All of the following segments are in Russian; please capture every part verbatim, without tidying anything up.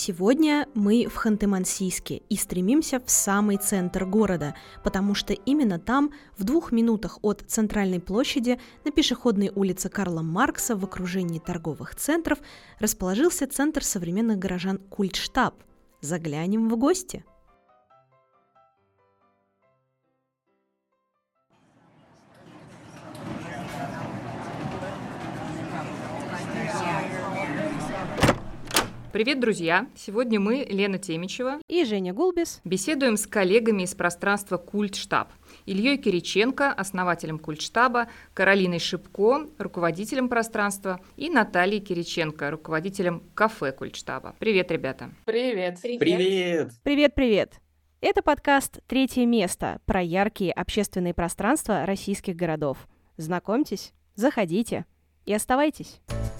Сегодня мы в Ханты-Мансийске и стремимся в самый центр города, потому что именно там, в двух минутах от центральной площади, на пешеходной улице Карла Маркса в окружении торговых центров, расположился Центр современных горожан «Культштаб». Заглянем в гости. Привет, друзья! Сегодня мы, Лена Темичева и Женя Гулбис, беседуем с коллегами из пространства «Культштаб». Ильей Кириченко, основателем «Культштаба», Каролиной Шипко, руководителем пространства, и Натальей Кириченко, руководителем кафе «Культштаба». Привет, ребята! Привет! Привет! Привет-привет! Это подкаст «Третье место» про яркие общественные пространства российских городов. Знакомьтесь, заходите и оставайтесь.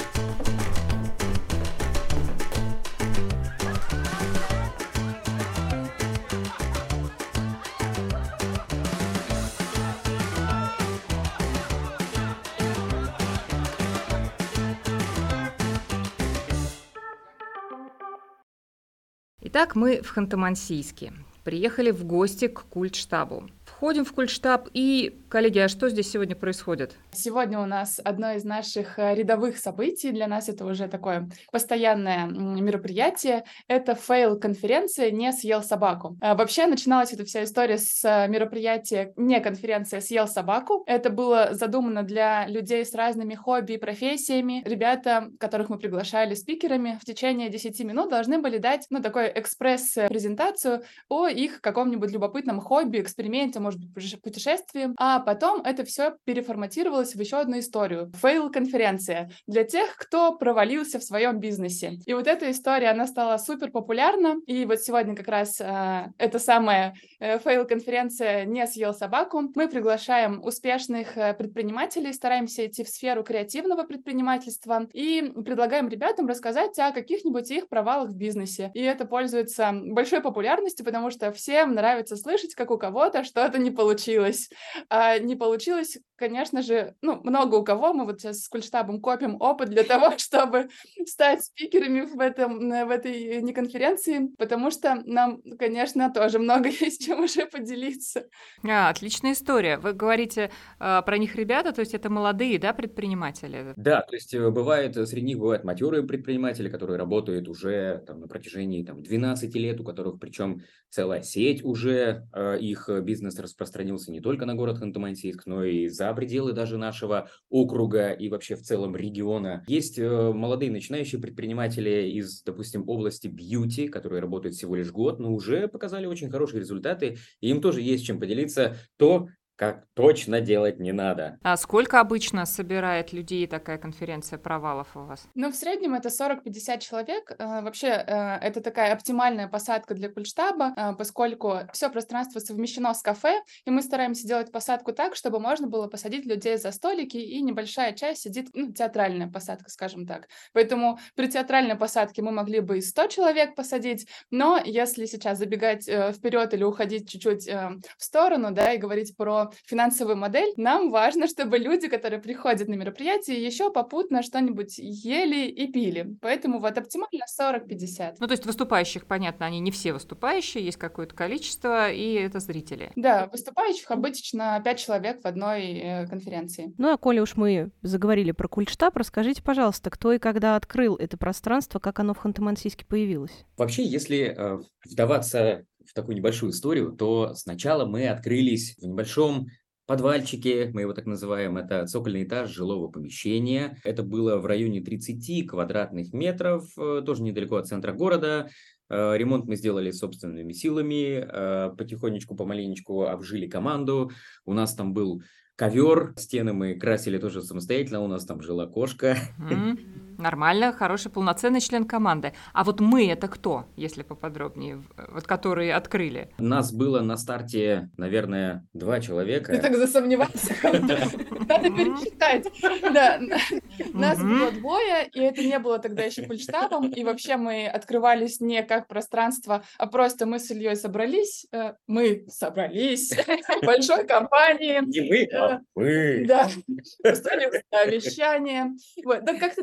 Итак, мы в Ханты-Мансийске. Приехали в гости к Культштабу. Входим в Культштаб и, коллеги, а что здесь сегодня происходит? Сегодня у нас одно из наших рядовых событий, для нас это уже такое постоянное мероприятие, это фейл-конференция «Не съел собаку». А вообще начиналась эта вся история с мероприятия «Не конференция съел собаку». Это было задумано для людей с разными хобби и профессиями. Ребята, которых мы приглашали спикерами, в течение десяти минут должны были дать, ну, такой экспресс-презентацию о их каком-нибудь любопытном хобби, эксперименте, может быть, путешествии, а потом это все переформатировалось в еще одну историю. Фейл-конференция для тех, кто провалился в своем бизнесе. И вот эта история, она стала супер популярна, и вот сегодня как раз э, эта самая э, фейл-конференция «Не съел собаку». Мы приглашаем успешных э, предпринимателей, стараемся идти в сферу креативного предпринимательства и предлагаем ребятам рассказать о каких-нибудь их провалах в бизнесе. И это пользуется большой популярностью, потому что всем нравится слышать, как у кого-то что-то не получилось. А не получилось, конечно же, ну, много у кого. Мы вот сейчас с Культштабом копим опыт для того, чтобы стать спикерами в, этом, в этой неконференции, потому что нам, конечно, тоже много есть чем уже поделиться. А, отличная история. Вы говорите э, про них ребята, то есть это молодые, да, предприниматели? Да, то есть бывает, среди них бывают матерые предприниматели, которые работают уже там, на протяжении там, двенадцати лет, у которых причем целая сеть уже, э, их бизнес распространился не только на город Ханты-Мансийск, но и за пределы даже нашего округа и вообще в целом региона. Есть э, молодые начинающие предприниматели из, допустим, области бьюти, которые работают всего лишь год, но уже показали очень хорошие результаты, и им тоже есть чем поделиться то, как точно делать не надо. А сколько обычно собирает людей такая конференция провалов у вас? Ну, в среднем это сорок-пятьдесят человек. Вообще, это такая оптимальная посадка для Культштаба, поскольку все пространство совмещено с кафе, и мы стараемся делать посадку так, чтобы можно было посадить людей за столики, и небольшая часть сидит, ну, театральная посадка, скажем так. Поэтому при театральной посадке мы могли бы и сто человек посадить, но если сейчас забегать вперед или уходить чуть-чуть в сторону, да, и говорить про финансовую модель, нам важно, чтобы люди, которые приходят на мероприятие, еще попутно что-нибудь ели и пили. Поэтому вот оптимально сорок-пятьдесят. Ну, то есть выступающих, понятно, они не все выступающие, есть какое-то количество, и это зрители. Да, выступающих обычно пять человек в одной э, конференции. Ну, а коли уж мы заговорили про Культштаб, расскажите, пожалуйста, кто и когда открыл это пространство, как оно в Ханты-Мансийске появилось? Вообще, если э, вдаваться в такую небольшую историю, то сначала мы открылись в небольшом подвальчике, мы его так называем, это цокольный этаж жилого помещения. Это было в районе тридцати квадратных метров, э, тоже недалеко от центра города. Э, ремонт мы сделали собственными силами, э, потихонечку, помаленечку обжили команду. У нас там был ковер, стены мы красили тоже самостоятельно, у нас там жила кошка. М, Нормально, хороший, полноценный член команды. А вот мы это кто, если поподробнее, в- вот которые открыли? Нас было на старте, наверное, два Ты человека. так засомневался? Надо пересчитать. Да, нас Мгм. было двое, и это не было тогда еще Культштабом, и вообще мы открывались не как пространство, а просто мы с Ильей собрались, э, мы собрались в большой компании, Не мы, а вы. да, устроили вещание. Вот. Да как-то так жизнь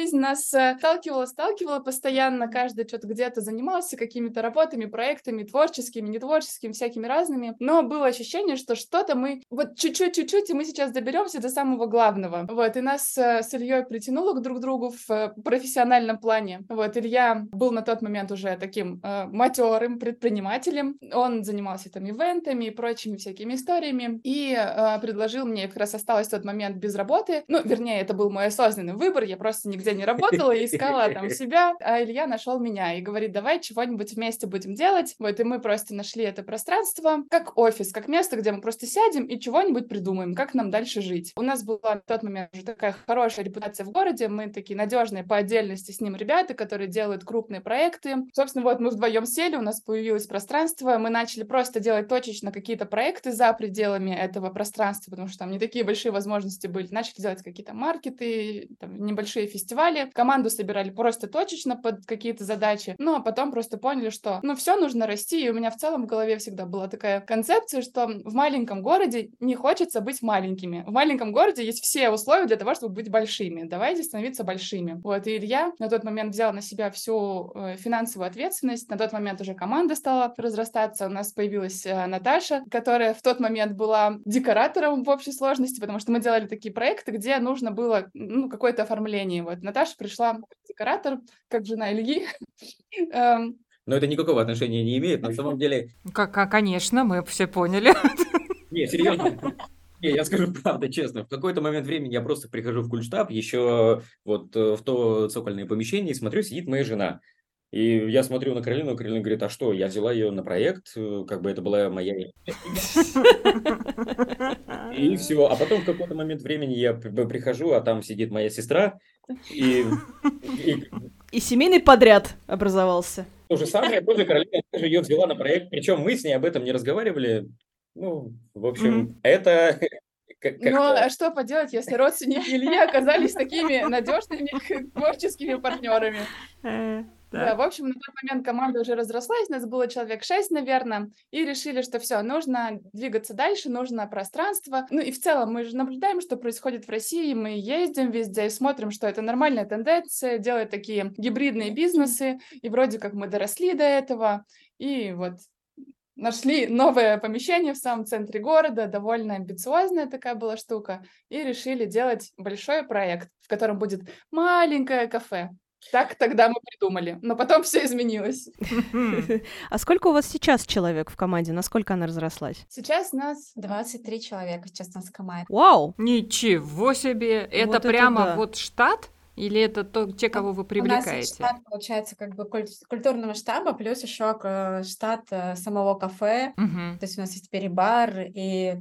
жизнь нас э, сталкивала, сталкивала постоянно, каждый что-то где-то занимался какими-то работами, проектами, творческими, нетворческими, всякими разными, но было ощущение, что что-то мы вот чуть-чуть-чуть, и мы сейчас доберемся до самого главного. Вот, и нас э, с Ильей притянуло к друг другу в э, профессиональном плане. Вот, Илья был на тот момент уже таким э, матерым предпринимателем, он занимался там ивентами и прочими всякими историями, и э, предложил мне, я как раз осталась в тот момент без работы, ну, вернее, это был мой осознанный выбор, я просто нигде не работала и искала там себя, а Илья нашел меня и говорит, давай чего-нибудь вместе будем делать. Вот, и мы просто нашли это пространство как офис, как место, где мы просто сядем и чего-нибудь придумаем, как нам дальше жить. У нас была на тот момент уже такая хорошая репутация в городе, мы такие надежные по отдельности с ним ребята, которые делают крупные проекты. Собственно, вот мы вдвоем сели, у нас появилось пространство, мы начали просто делать точечно какие-то проекты за пределами этого пространства, потому что там не такие большие возможности были. Начали делать какие-то маркеты, там, небольшие фестивали. Команду собирали просто точечно под какие-то задачи. Ну, а потом просто поняли, что, ну, все нужно расти. И у меня в целом в голове всегда была такая концепция, что в маленьком городе не хочется быть маленькими. В маленьком городе есть все условия для того, чтобы быть большими. Давайте становиться большими. Вот, и Илья на тот момент взял на себя всю э, финансовую ответственность. На тот момент уже команда стала разрастаться. У нас появилась э, Наташа, которая в тот момент была декоратором в общей сложности, потому что мы делали такие проекты, где нужно было, ну, какое-то оформление. Вот Наташа пришла как декоратор, как жена Ильи. Эм, Но это никакого отношения не имеет. На самом деле, Как, как, конечно, мы все поняли. не, серьезно. Не, я скажу правду, честно. В какой-то момент времени я просто прихожу в культштаб, еще вот э, в то цокольное помещение, и смотрю, сидит моя жена. И я смотрю на Каролину, и Каролина говорит, а что, я взяла ее на проект, э, как бы это была моя... И все. А потом в какой-то момент времени я при- прихожу, а там сидит моя сестра, и, и И семейный подряд образовался. то же самое, тоже Каролина тоже ее взяла на проект, причем мы с ней об этом не разговаривали. Ну, в общем, Мгм. это как- Ну, как-то... а что поделать, если родственники Ильи оказались такими надежными творческими партнерами? Э, Да, в Так. общем, на тот момент команда уже разрослась, нас было человек шесть, наверное, и решили, что все, нужно двигаться дальше, нужно пространство. Ну и в целом мы же наблюдаем, что происходит в России, мы ездим везде и смотрим, что это нормальная тенденция, делать такие гибридные бизнесы, и вроде как мы доросли до этого, и вот нашли новое помещение в самом центре города, довольно амбициозная такая была штука, и решили делать большой проект, в котором будет маленькое кафе. Так тогда мы придумали, но потом все изменилось. Мгм. А сколько у вас сейчас человек в команде? Насколько она разрослась? Сейчас нас двадцать три человека сейчас у нас в команде. Вау! Ничего себе! Это Вот это прямо да. вот штат? Или это то, те, кого вы У нас есть привлекаете? штат, получается, как бы куль- культурного штаба, плюс еще э, штат э, самого кафе. Мгм. То есть у нас есть теперь и бар, и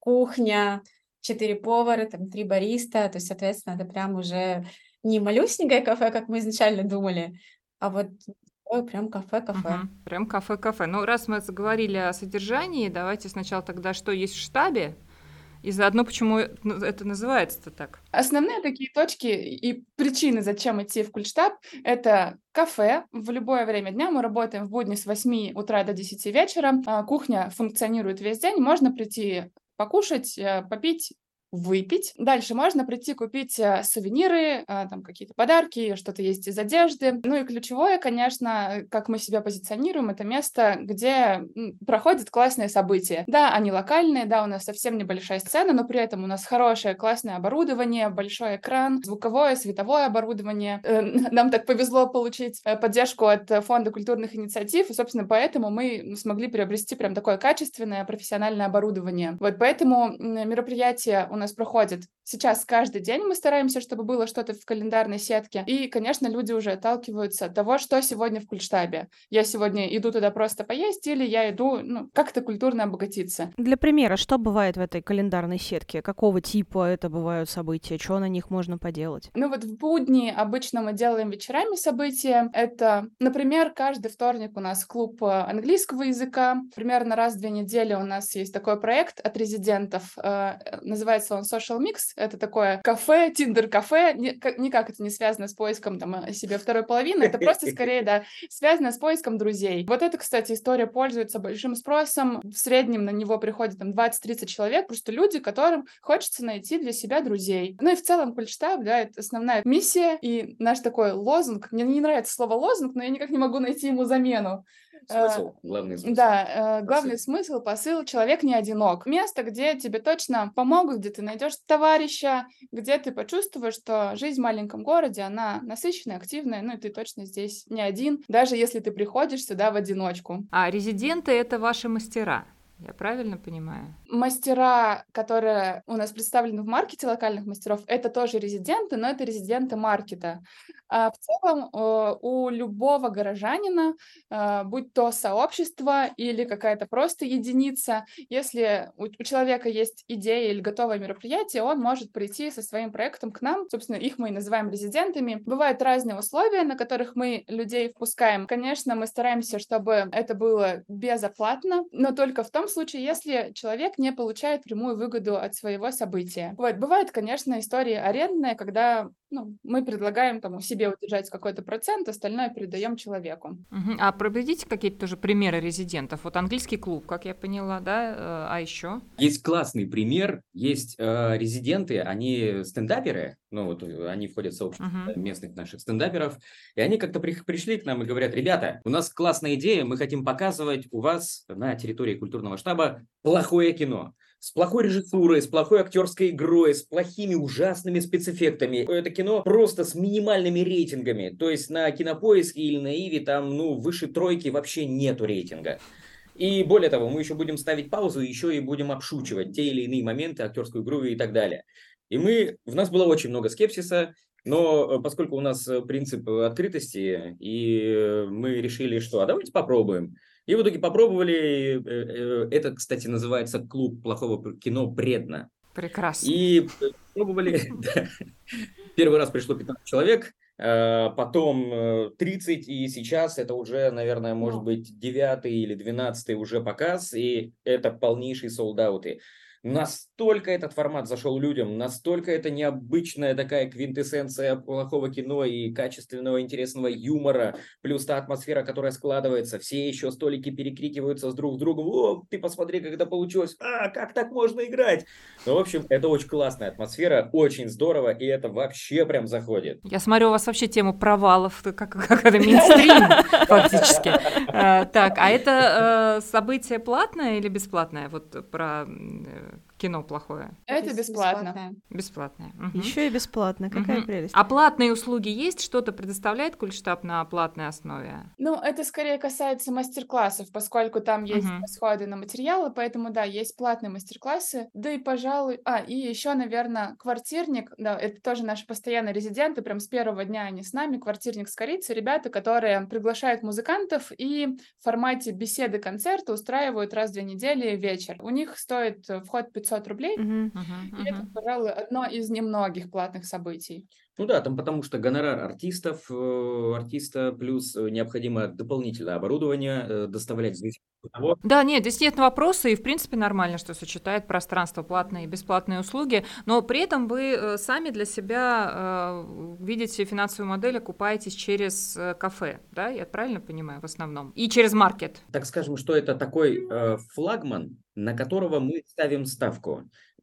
кухня, четыре повара, там три бариста. То есть, соответственно, это прям уже не малюсенькое кафе, как мы изначально думали, а вот такое прям кафе-кафе. Мгм. Прям кафе-кафе. Ну, раз мы заговорили о содержании, давайте сначала тогда, что есть в штабе, и заодно, почему это называется-то так. основные такие точки и причины, зачем идти в культштаб, это кафе в любое время дня. Мы работаем в будни с восьми утра до десяти вечера. А, Кухня функционирует весь день. Можно прийти покушать, э, попить, выпить. Дальше можно прийти купить э, сувениры, э, там какие-то подарки, что-то есть из одежды. Ну и ключевое, конечно, как мы себя позиционируем, это место, где м, проходят классные события. Да, они локальные, да, у нас совсем небольшая сцена, но при этом у нас хорошее классное оборудование, большой экран, звуковое, световое оборудование. Э, Нам так повезло получить э, поддержку от э, Фонда культурных инициатив, и, собственно, поэтому мы смогли приобрести прям такое качественное профессиональное оборудование. Вот поэтому м, мероприятие у нас проходит сейчас каждый день. Мы стараемся, чтобы было что-то в календарной сетке. И, конечно, люди уже отталкиваются от того, что сегодня в культштабе. Я сегодня иду туда просто поесть, или я иду, ну, как-то культурно обогатиться. Для примера, что бывает в этой календарной сетке? Какого типа это бывают события? Что на них можно поделать? Ну вот в будни обычно мы делаем вечерами события. Это, например, каждый вторник у нас клуб э, английского языка. Примерно раз в две недели у нас есть такой проект от резидентов. э, Называется называется он Social Mix. Это такое кафе, Тиндер-кафе. Никак, никак это не связано с поиском там о себе второй половины. Это просто скорее, да, связано с поиском друзей. Вот это, кстати, история пользуется большим спросом. В среднем на него приходит там двадцать-тридцать человек, просто люди, которым хочется найти для себя друзей. Ну и в целом Культштаб, да, это основная миссия и наш такой лозунг. Мне не нравится слово лозунг, но я никак не могу найти ему замену. Смысл, главный смысл. Да, главный смысл, посыл — человек не одинок. Место, где тебе точно помогут, где ты найдешь товарища, где ты почувствуешь, что жизнь в маленьком городе, она насыщенная, активная, ну и ты точно здесь не один, даже если ты приходишь сюда в одиночку. А резиденты — это ваши мастера? Я правильно понимаю? Мастера, которые у нас представлены в маркете локальных мастеров, это тоже резиденты, но это резиденты маркета. А в целом у любого горожанина, будь то сообщество или какая-то просто единица, если у человека есть идея или готовое мероприятие, он может прийти со своим проектом к нам. Собственно, их мы и называем резидентами. Бывают разные условия, на которых мы людей впускаем. Конечно, мы стараемся, чтобы это было безоплатно, но только в том случае, если человек не получает прямую выгоду от своего события. Вот, бывает, конечно, история арендная, когда ну, мы предлагаем там себе удержать какой-то процент, остальное передаем человеку. Угу. А проведите какие-то тоже примеры резидентов? Вот английский клуб, как я поняла, да? А еще? Есть классный пример. Есть э, резиденты, они стендаперы, ну вот они входят в сообщество uh-huh. местных наших стендаперов, и они как-то при, пришли к нам и говорят: ребята, у нас классная идея, мы хотим показывать у вас на территории культурного штаба плохое кино. С плохой режиссурой, с плохой актерской игрой, с плохими ужасными спецэффектами. Это кино просто с минимальными рейтингами. То есть на Кинопоиске или на Иви там, ну, выше тройки вообще нету рейтинга. И более того, мы еще будем ставить паузу, еще и будем обшучивать те или иные моменты, актерскую игру и так далее. И мы, в нас было очень много скепсиса, но поскольку у нас принцип открытости, и мы решили, что а давайте попробуем. И в итоге попробовали. Это, кстати, называется клуб плохого кино «Предно». Прекрасно. И пробовали. Первый раз пришло пятнадцать человек, потом тридцать, и сейчас это уже, наверное, может быть девятый или двенадцатый уже показ, и это полнейшие солдауты. Настолько этот формат зашел людям, настолько это необычная такая квинтэссенция плохого кино и качественного интересного юмора, плюс та атмосфера, которая складывается, все еще столики перекрикиваются с друг с другом: о, ты посмотри, как это получилось, а, как так можно играть? Ну, в общем, это очень классная атмосфера, очень здорово, и это вообще прям заходит. Я смотрю, у вас вообще тема провалов, как, как это мейнстрим фактически. Так, а это событие платное или бесплатное? Вот про кино плохое. Это бесплатно. Бесплатное. Угу. Еще и бесплатно. Какая угу. прелесть. А платные услуги есть? Что-то предоставляет Культштаб на платной основе? Ну, это скорее касается мастер-классов, поскольку там есть угу. расходы на материалы, поэтому, да, есть платные мастер-классы. Да и, пожалуй... А, и еще, наверное, квартирник. Да, это тоже наши постоянные резиденты. Прям с первого дня они с нами. Квартирник с корицей. Ребята, которые приглашают музыкантов и в формате беседы-концерта устраивают раз в две недели вечер. У них стоит вход пятьсот рублей. Uh-huh. Uh-huh. И это, пожалуй, одно из немногих платных событий. Ну да, там потому что гонорар артистов, э, артиста, плюс необходимо дополнительное оборудование э, доставлять здесь. Да, нет, здесь нет вопроса, и в принципе нормально, что сочетает пространство платные и бесплатные услуги, но при этом вы э, сами для себя э, видите финансовую модель, окупаетесь через э, кафе, да, я правильно понимаю, в основном, и через маркет. Так скажем, что это такой э, флагман, на которого мы ставим ставку.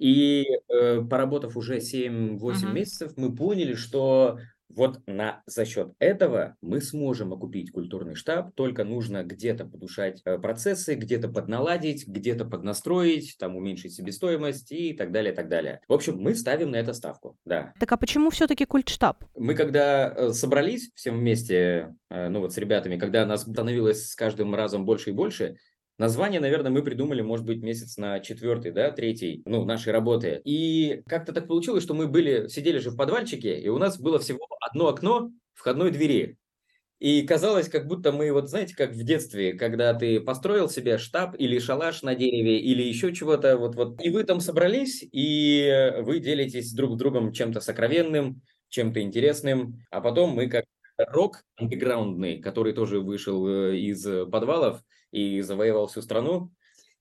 И э, поработав уже семь-восемь uh-huh. месяцев, мы поняли, что вот на, за счет этого мы сможем окупить культурный штаб, только нужно где-то подушать э, процессы, где-то подналадить, где-то поднастроить, там уменьшить себестоимость и так далее, так далее. В общем, мы ставим на это ставку, да. Так а почему все-таки Культштаб? Мы когда э, собрались всем вместе, э, ну вот с ребятами, когда нас становилось с каждым разом больше и больше, название, наверное, мы придумали, может быть, месяц на четвертый, да, третий, ну, нашей работы. И как-то так получилось, что мы были, сидели же в подвальчике, и у нас было всего одно окно входной двери. И казалось, как будто мы, вот знаете, как в детстве, когда ты построил себе штаб или шалаш на дереве, или еще чего-то, вот-вот, и вы там собрались, и вы делитесь друг с другом чем-то сокровенным, чем-то интересным, а потом мы как рок андеграундный, который тоже вышел из подвалов и завоевал всю страну,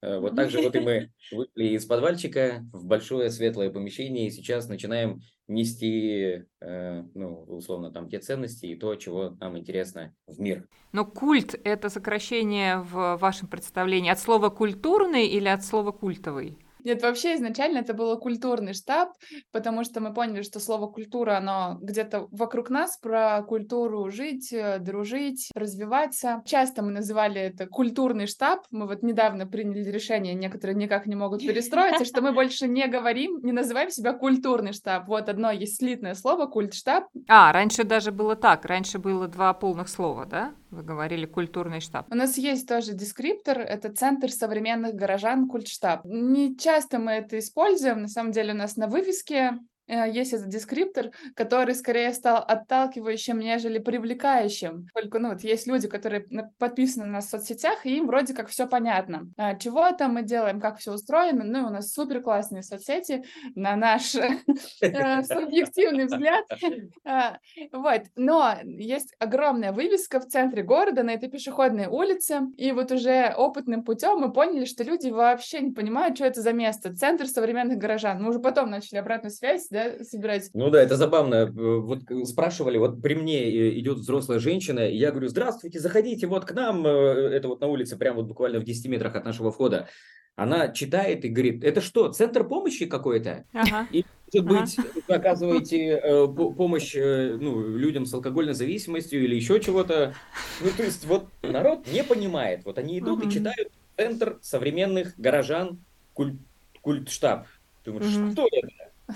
Э, Вот так же вот и мы вышли из подвальчика в большое светлое помещение и сейчас начинаем нести, э, ну, условно, там те ценности и то, чего нам интересно в мир. Но культ – это сокращение в вашем представлении от слова «культурный» или от слова «культовый»? Нет, вообще изначально это был культурный штаб, потому что мы поняли, что слово «культура», оно где-то вокруг нас, про культуру жить, э, дружить, развиваться. Часто мы называли это культурный штаб. Мы вот недавно приняли решение, некоторые никак не могут перестроиться, что мы больше не говорим, не называем себя культурный штаб. Вот одно есть слитное слово «культштаб». А, раньше даже было так. Раньше было два полных слова, да? Вы говорили «культурный штаб». У нас есть тоже дескриптор, это Центр современных горожан Культштаб. Не часто мы это используем, на самом деле у нас на вывеске э, есть этот дескриптор, который скорее стал отталкивающим, нежели привлекающим. Только, ну, вот есть люди, которые на- подписаны на нас в соцсетях, и им вроде как все понятно. А, чего там мы делаем, как все устроено. Ну, и у нас супер классные соцсети, на наш э, субъективный взгляд. А, Вот, но есть огромная вывеска в центре города, на этой пешеходной улице, и вот уже опытным путем мы поняли, что люди вообще не понимают, что это за место. Центр современных горожан. Мы уже потом начали обратную связь, да, собирать. Ну да, это забавно. Э, Вот э, спрашивали, вот при мне э, идет взрослая женщина, и я говорю: здравствуйте, заходите вот к нам, э, это вот на улице, прямо вот буквально в десяти метрах от нашего входа. Она читает и говорит: это что, центр помощи какой-то? Ага. И, может Ага. быть, вы оказываете э, по- помощь э, ну, людям с алкогольной зависимостью или еще чего-то. Ну, то есть, вот народ не понимает. Вот они идут и Мгм. читают Центр современных горожан куль- Культштаб. Думаешь, Мгм. что это?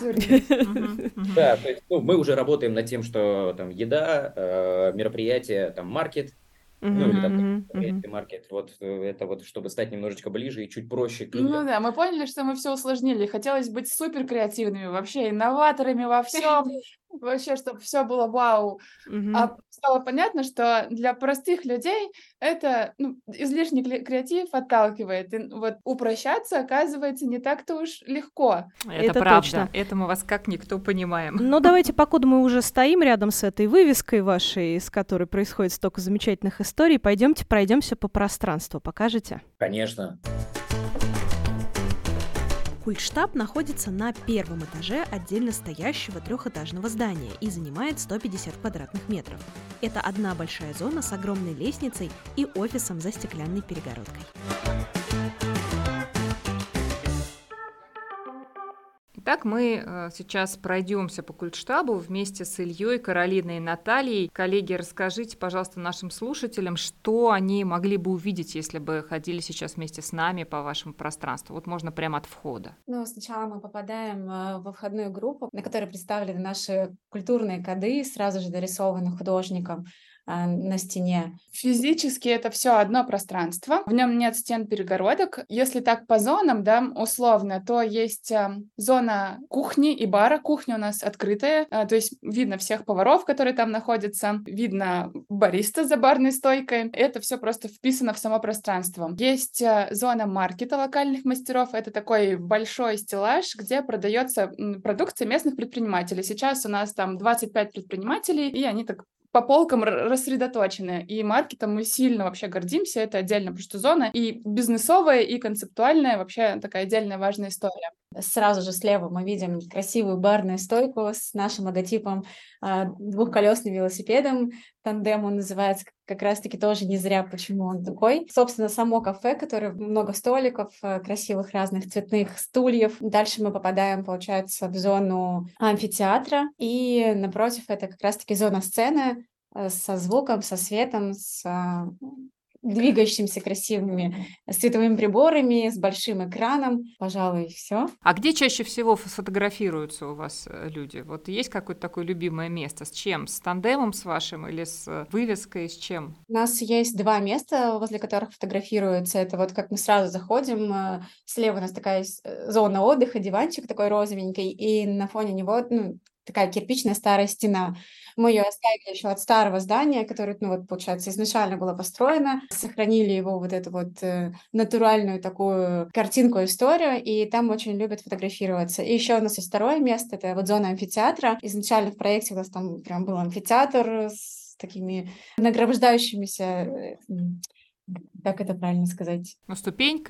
Мгм. Мгм. Да, то есть, ну, мы уже работаем над тем, что там еда, э, мероприятия, там маркет, ну или там Мгм, мгм. мероприятие, маркет. Вот э, это вот, чтобы стать немножечко ближе и чуть проще к Ну людям. да, мы поняли, что мы все усложнили. Хотелось быть супер креативными, вообще инноваторами во всем. Вообще, чтобы все было вау. Мгм. А стало понятно, что для простых людей это, ну, излишний кле- креатив отталкивает. И вот упрощаться, оказывается, не так-то уж легко. Это, Это правда. точно. Это мы вас как никто понимаем. Ну, давайте, покуда мы уже стоим рядом с этой вывеской вашей, с которой происходит столько замечательных историй, пойдемте пройдемся по пространству. Покажете? Конечно. Культштаб находится на первом этаже отдельно стоящего трехэтажного здания и занимает сто пятьдесят квадратных метров. Это одна большая зона с огромной лестницей и офисом за стеклянной перегородкой. Итак, мы э, сейчас пройдемся по Культштабу вместе с Ильей, Каролиной и Натальей. Коллеги, расскажите, пожалуйста, нашим слушателям, что они могли бы увидеть, если бы ходили сейчас вместе с нами по вашему пространству. Вот можно прямо от входа. Ну, сначала мы попадаем э, во входную группу, на которой представлены наши культурные коды, сразу же дорисованы художником э, на стене. Физически это все одно пространство, в нем нет стен перегородок. Если так по зонам, да, условно, то есть э, зона кухни и бара. Кухня у нас открытая, э, то есть видно всех поваров, которые там находятся, видно бариста за барной стойкой. Это все просто вписано в само пространство. Есть э, зона маркета локальных мастеров. Это такой большой стеллаж, где продается м, продукция местных предпринимателей. Сейчас у нас там двадцать пять предпринимателей, и они так по полкам р- рассредоточены. И маркетом мы сильно вообще гордимся. Это отдельно, потому что зона и бизнесовая, и концептуальная, вообще такая отдельная важная история. Сразу же слева мы видим красивую барную стойку с нашим логотипом, а, двухколесным велосипедом. Тандем он называется, как раз-таки тоже не зря, почему он такой. Собственно, само кафе, которое много столиков, а, красивых разных цветных стульев. Дальше мы попадаем, получается, в зону амфитеатра. И напротив это как раз-таки зона сцены а, со звуком, со светом, с а, двигающимися красивыми световыми приборами, с большим экраном. Пожалуй, все. А где чаще всего ф- фотографируются у вас э, люди? Вот есть какое-то такое любимое место? С чем? С тандемом с вашим или с э, вывеской? С чем? У нас есть два места, возле которых фотографируются. Это вот как мы сразу заходим, э, слева у нас такая есть, э, зона отдыха, диванчик такой розовенький, и на фоне него, ну, такая кирпичная старая стена. Мы ее оставили еще от старого здания, которое, ну вот, получается, изначально было построено, сохранили его вот эту вот э, натуральную такую картинку, историю, и там очень любят фотографироваться. И еще у нас есть второе место, это вот зона амфитеатра. Изначально в проекте у нас там прям был амфитеатр с такими нагромождающимися, э, м, как это правильно сказать? Ну, ступеньками?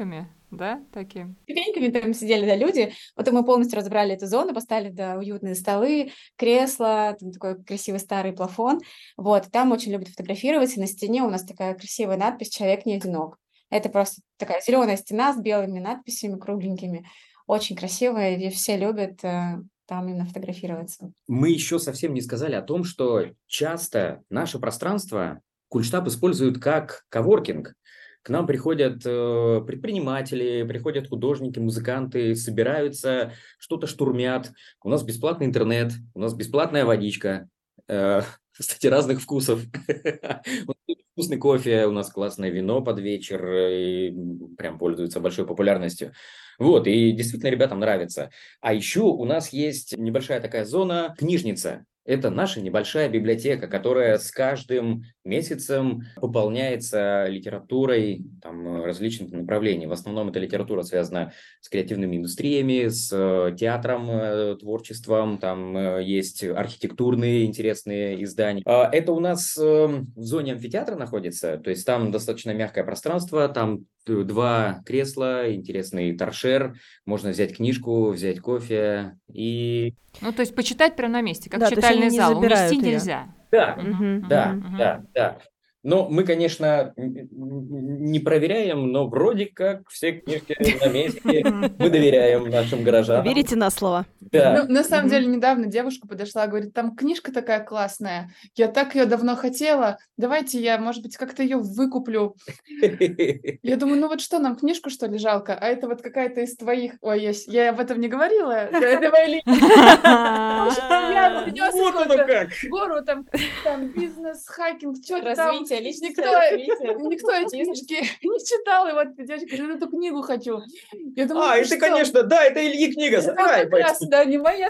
да, такие? Ступеньками там сидели, да, люди. Потом мы полностью разобрали эту зону, поставили, да, уютные столы, кресла, там такой красивый старый плафон. Вот, там очень любят фотографироваться. На стене у нас такая красивая надпись «Человек не одинок». Это просто такая зеленая стена с белыми надписями кругленькими. Очень красивая, и все любят э, там именно фотографироваться. Мы еще совсем не сказали о том, что часто наше пространство Культштаб использует как коворкинг. К нам приходят э, предприниматели, приходят художники, музыканты, собираются, что-то штурмят. У нас бесплатный интернет, у нас бесплатная водичка, э, кстати, разных вкусов. У нас вкусный кофе, у нас классное вино под вечер, и прям пользуется большой популярностью. Вот, и действительно ребятам нравится. А еще у нас есть небольшая такая зона книжница. Это наша небольшая библиотека, которая с каждым месяцем пополняется литературой там, различных направлений. В основном эта литература связана с креативными индустриями, с э, театром, э, творчеством. Там э, есть архитектурные интересные издания. А это у нас э, в зоне амфитеатра находится, то есть там достаточно мягкое пространство, там два кресла, интересный торшер, можно взять книжку, взять кофе и... Ну, то есть почитать прямо на месте, как Да, то есть читальный они не зал. забирают Унести её. нельзя. Да, Мгм, да, мгм. да, да. Но мы, конечно, н- не проверяем, но вроде как все книжки на месте. Мы доверяем нашим горожанам. Верите на слово? Да. Ну, на самом Мгм. деле, недавно девушка подошла, говорит, там книжка такая классная, я так ее давно хотела, давайте я, может быть, как-то ее выкуплю. Я думаю, ну вот что, нам книжку, что ли, жалко? А это вот какая-то из твоих... Ой, я, с- я об этом не говорила. Это моя личная. Потому что там я принес Вот оно какую-то как! гору, там, там бизнес, хакинг, что-то там. Развитие, личностное Никто, развитие. никто эти книжки не читал, и вот девочка говорит, эту книгу хочу. Я думаю, А, ну это, что? конечно, да, это Ильи книга. Это Забирай, как раз, пойди. да, не моя.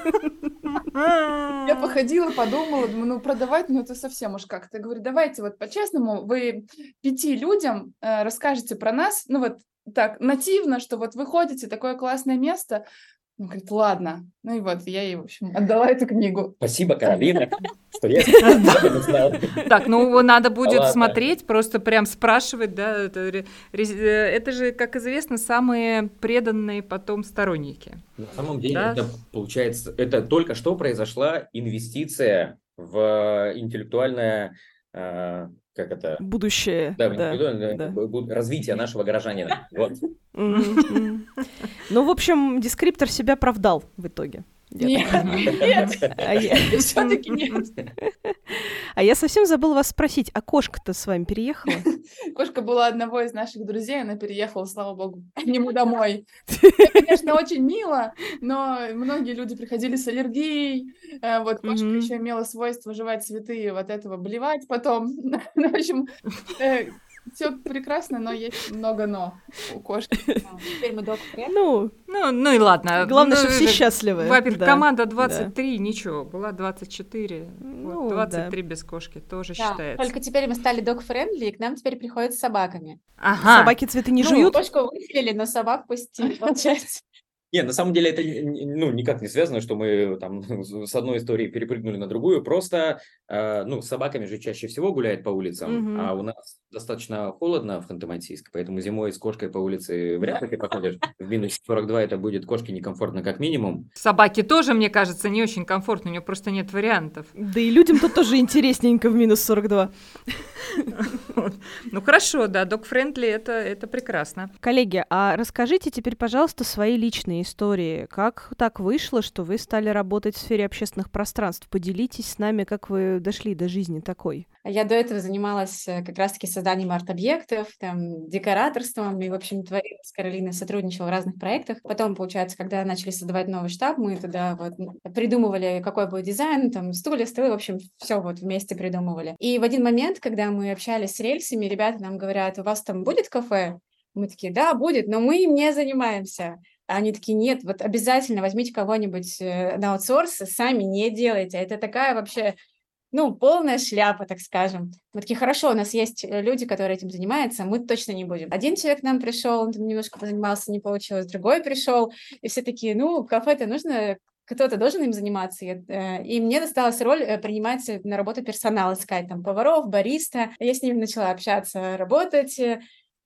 Я походила, подумала, думаю, ну продавать, ну это совсем уж как-то. Я говорю, давайте вот по-честному, вы пяти людям э, расскажете про нас, ну вот так, нативно, что вот вы ходите, такое классное место. Он говорит, ладно. Ну и вот, я ей, в общем, отдала эту книгу. Спасибо, Каролина, что я не знал. Так, ну его надо будет ладно. смотреть, просто прям спрашивать, да, это, ре- рез- э, это же, как известно, самые преданные потом сторонники. На самом деле, Да. это получается, это только что произошла инвестиция в интеллектуальное, э, как это, Будущее. да, в Да, интеллектуальное да. бу- бу- развитие нашего горожанина. Вот. Мгм, мгм. Ну, в общем, дескриптор себя оправдал в итоге. Я так Нет, понимаю. нет, А я- все-таки нет. А я совсем забыла вас спросить, а кошка-то с вами переехала? Кошка была одного из наших друзей, она переехала, слава богу, к нему домой. Это, конечно, очень мило, но многие люди приходили с аллергией. Э, Вот кошка Мгм. еще имела свойство жевать цветы и от этого блевать потом. Ну, в общем, все прекрасно, но есть много но у кошки. А, Теперь мы док френд. Ну, Ну, ну и ладно. главное, Ну, что все это- счастливы. Во-первых, Да, команда да. двадцать три, ничего, была двадцать четыре. Ну, Вот, двадцать три без кошки тоже Да, считается. только теперь мы стали док-френдли, и к нам теперь приходят с собаками. Ага. Собаки цветы не Ну, жуют? кошку выселили, но собак пустили, получается. Не, на самом деле это ну, никак не связано, что мы там с одной истории перепрыгнули на другую. Просто э, ну, с собаками же чаще всего гуляют по улицам, Мгм. а у нас достаточно холодно в Ханты-Мансийске, поэтому зимой с кошкой по улице вряд ли ты походишь. В минус сорок два это будет кошке некомфортно как минимум. Собаке тоже, мне кажется, не очень комфортно, у нее просто нет вариантов. Да и людям тут тоже интересненько в минус сорок два. Ну хорошо, да, dog-friendly это, это прекрасно. Коллеги, а расскажите теперь, пожалуйста, свои личные истории. Как так вышло, что вы стали работать в сфере общественных пространств? Поделитесь с нами, как вы дошли до жизни такой. Я до этого занималась э, как раз-таки созданием арт-объектов, там, декораторством, и, в общем, творила с Каролиной, сотрудничала в разных проектах. Потом, получается, когда начали создавать новый штаб, мы туда вот м, придумывали, какой будет дизайн, там, стулья, столы, в общем, все вот вместе придумывали. И в один момент, когда мы общались с рельсами, ребята нам говорят, у вас там будет кафе? Мы такие, да, будет, но мы им не занимаемся. А они такие, нет, вот обязательно возьмите кого-нибудь э, на аутсорс, сами не делайте. Это такая вообще, ну, полная шляпа, так скажем. Мы такие, хорошо, у нас есть э, люди, которые этим занимаются, мы точно не будем. Один человек к нам пришел, он там немножко позанимался, не получилось, другой пришел, и все такие, ну, кафе-то нужно, кто-то должен им заниматься. И, э, и мне досталась роль э, принимать на работу персонал, искать там поваров, бариста. Я с ними начала общаться, работать. э,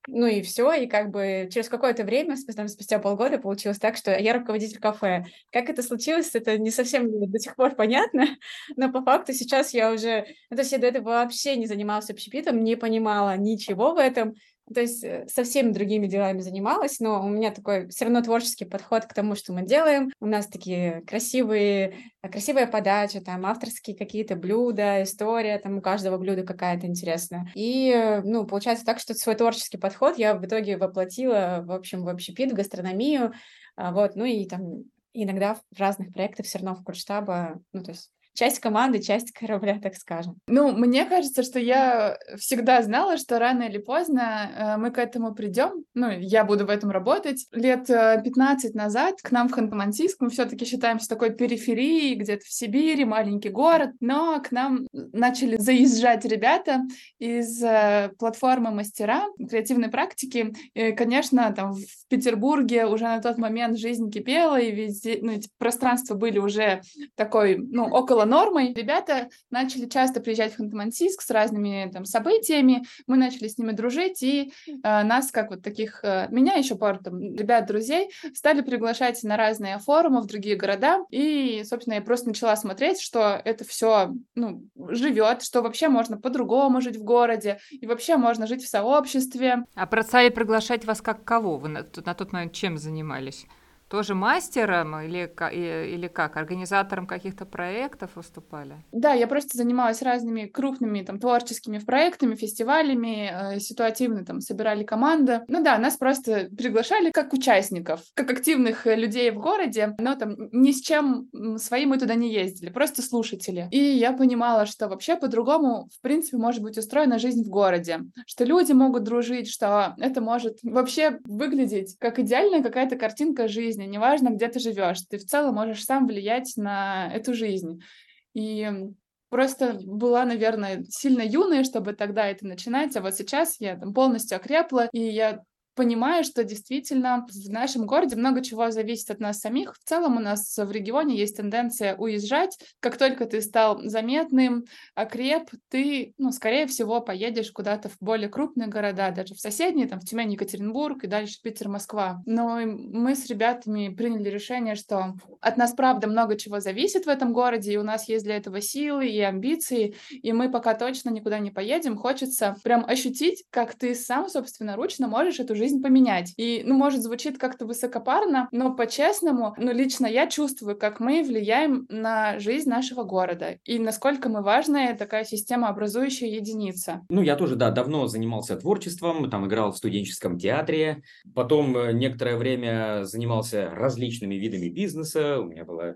Ну и все, и как бы через какое-то время, спустя, там, спустя полгода, получилось так, что я руководитель кафе. Как это случилось, это не совсем мне до сих пор понятно, но по факту сейчас я уже... Ну, то есть я до этого вообще не занималась общепитом, не понимала ничего в этом, то есть э, совсем другими делами занималась, но у меня такой все равно творческий подход к тому, что мы делаем. У нас такие красивые, э, красивая подача, там авторские какие-то блюда, история, там у каждого блюда какая-то интересная. И, э, ну, получается так, что свой творческий подход я в итоге воплотила, в общем, в общепит, в гастрономию, а, вот, ну и там иногда в разных проектах все равно в Культштаба, ну, то есть часть команды, часть корабля, так скажем. Ну, мне кажется, что я всегда знала, что рано или поздно э, мы к этому придем. Ну, я буду в этом работать. Лет э, пятнадцать назад к нам в Ханты-Мансийск, мы все-таки считаемся такой периферией, где-то в Сибири, маленький город, но к нам начали заезжать ребята из э, платформы «Мастера» креативной практики. И, конечно, там в Петербурге уже на тот момент жизнь кипела, и везде, ну, эти пространства были уже такой, ну, около нормой. Ребята начали часто приезжать в Ханты-Мансийск с разными там событиями. Мы начали с ними дружить, и э, нас, как вот таких, э, меня еще пару там ребят-друзей, стали приглашать на разные форумы в другие города. И, собственно, я просто начала смотреть, что это все, ну, живет, что вообще можно по-другому жить в городе, и вообще можно жить в сообществе. А стали приглашать вас как кого? Вы на, на тот момент чем занимались? Тоже мастером или, или как? Организатором каких-то проектов выступали? Да, я просто занималась разными крупными там творческими проектами, фестивалями, э, ситуативно там собирали команды. Ну да, нас просто приглашали как участников, как активных людей в городе, но там ни с чем своим мы туда не ездили, просто слушатели. И я понимала, что вообще по-другому, в принципе, может быть устроена жизнь в городе, что люди могут дружить, что это может вообще выглядеть как идеальная какая-то картинка жизни. Неважно, где ты живешь, ты в целом можешь сам влиять на эту жизнь. И просто была, наверное, сильно юная, чтобы тогда это начинать, а вот сейчас я там полностью окрепла, и я понимаю, что действительно в нашем городе много чего зависит от нас самих. В целом у нас в регионе есть тенденция уезжать. Как только ты стал заметным, окреп, ты, ну, скорее всего, поедешь куда-то в более крупные города, даже в соседние, там, в Тюмень, Екатеринбург и дальше Питер, Москва. Но мы с ребятами приняли решение, что от нас, правда, много чего зависит в этом городе, и у нас есть для этого силы и амбиции, и мы пока точно никуда не поедем. Хочется прям ощутить, как ты сам собственноручно можешь эту жизнь поменять. И, ну, может, звучит как-то высокопарно, но по-честному, ну, лично я чувствую, как мы влияем на жизнь нашего города и насколько мы важная такая системообразующая единица. Ну, я тоже, да, давно занимался творчеством, там играл в студенческом театре, потом некоторое время занимался различными видами бизнеса, у меня была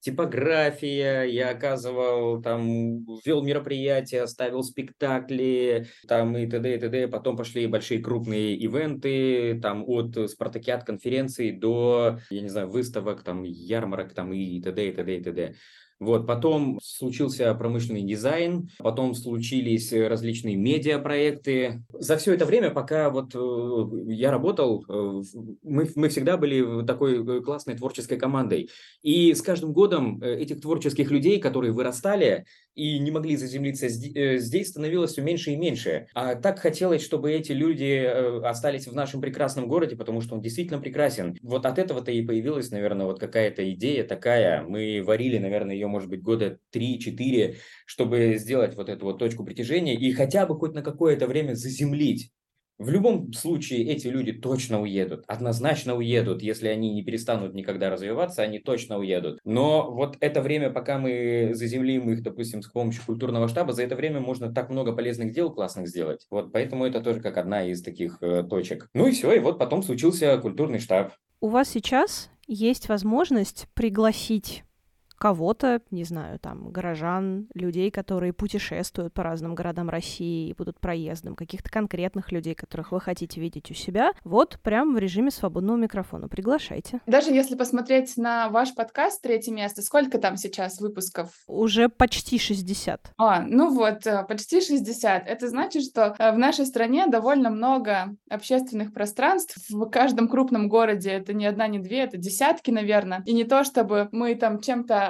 типография, я оказывал, там, вел мероприятия, ставил спектакли, там и т.д. и т.д. Потом пошли большие крупные ивенты, там, от спартакиад конференций до, я не знаю, выставок, там, ярмарок, там, и т.д. и т.д. и т.д. Вот, потом случился промышленный дизайн, потом случились различные медиапроекты. За все это время, пока вот э, я работал, э, мы, мы всегда были такой классной творческой командой. И с каждым годом этих творческих людей, которые вырастали и не могли заземлиться здесь, становилось все меньше и меньше. А так хотелось, чтобы эти люди остались в нашем прекрасном городе, потому что он действительно прекрасен. Вот от этого-то и появилась, наверное, вот какая-то идея такая. Мы варили, наверное, ее, может быть, года три-четыре, чтобы сделать вот эту вот точку притяжения и хотя бы хоть на какое-то время заземлить. В любом случае эти люди точно уедут, однозначно уедут, если они не перестанут никогда развиваться, они точно уедут. Но вот это время, пока мы заземлим их, допустим, с помощью культурного штаба, за это время можно так много полезных дел классных сделать. Вот поэтому это тоже как одна из таких э, точек. Ну и все, и вот потом случился культурный штаб. У вас сейчас есть возможность пригласить кого-то, не знаю, там, горожан, людей, которые путешествуют по разным городам России и будут проездом, каких-то конкретных людей, которых вы хотите видеть у себя, вот прям в режиме свободного микрофона. Приглашайте. Даже если посмотреть на ваш подкаст «Третье место», сколько там сейчас выпусков? Уже почти шестьдесят. А, ну вот, почти шестьдесят. Это значит, что в нашей стране довольно много общественных пространств. В каждом крупном городе это не одна, не две, это десятки, наверное. И не то, чтобы мы там чем-то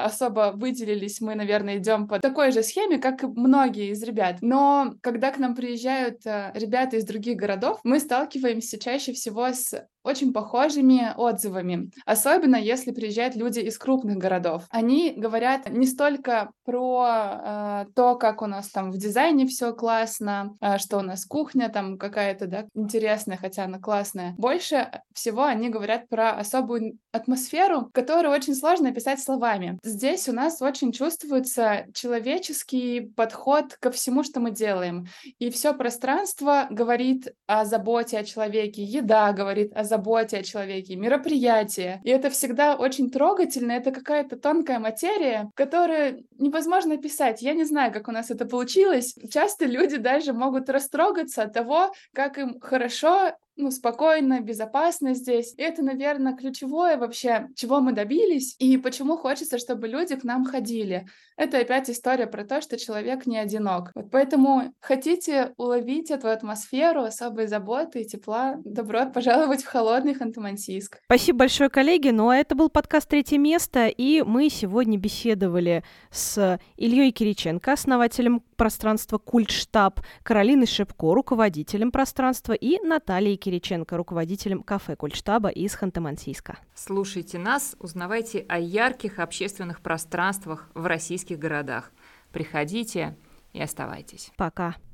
особо выделились, мы, наверное, идем по такой же схеме, как и многие из ребят. Но когда к нам приезжают ребята из других городов, мы сталкиваемся чаще всего с очень похожими отзывами, особенно если приезжают люди из крупных городов. Они говорят не столько про э, то, как у нас там в дизайне все классно, э, что у нас кухня там какая-то, да, интересная, хотя она классная. Больше всего они говорят про особую атмосферу, которую очень сложно описать словами. Здесь у нас очень чувствуется человеческий подход ко всему, что мы делаем. И все пространство говорит о заботе о человеке, еда говорит о заботе о человеке, мероприятия. И это всегда очень трогательно, это какая-то тонкая материя, которую невозможно описать. Я не знаю, как у нас это получилось. Часто люди даже могут растрогаться от того, как им хорошо, ну, спокойно, безопасно здесь. И это, наверное, ключевое вообще, чего мы добились, и почему хочется, чтобы люди к нам ходили. Это опять история про то, что человек не одинок. Вот поэтому хотите уловить эту атмосферу особой заботы и тепла, добро пожаловать в холодный Ханты-Мансийск. Спасибо большое, коллеги. Ну, а это был подкаст «Третье место», и мы сегодня беседовали с Ильей Кириченко, основателем пространства «Культштаб», Каролиной Шипко, руководителем пространства, и Натальей Кириченко, руководителем кафе «Культштаба» из Ханты-Мансийска. Слушайте нас, узнавайте о ярких общественных пространствах в российских городах. Приходите и оставайтесь. Пока.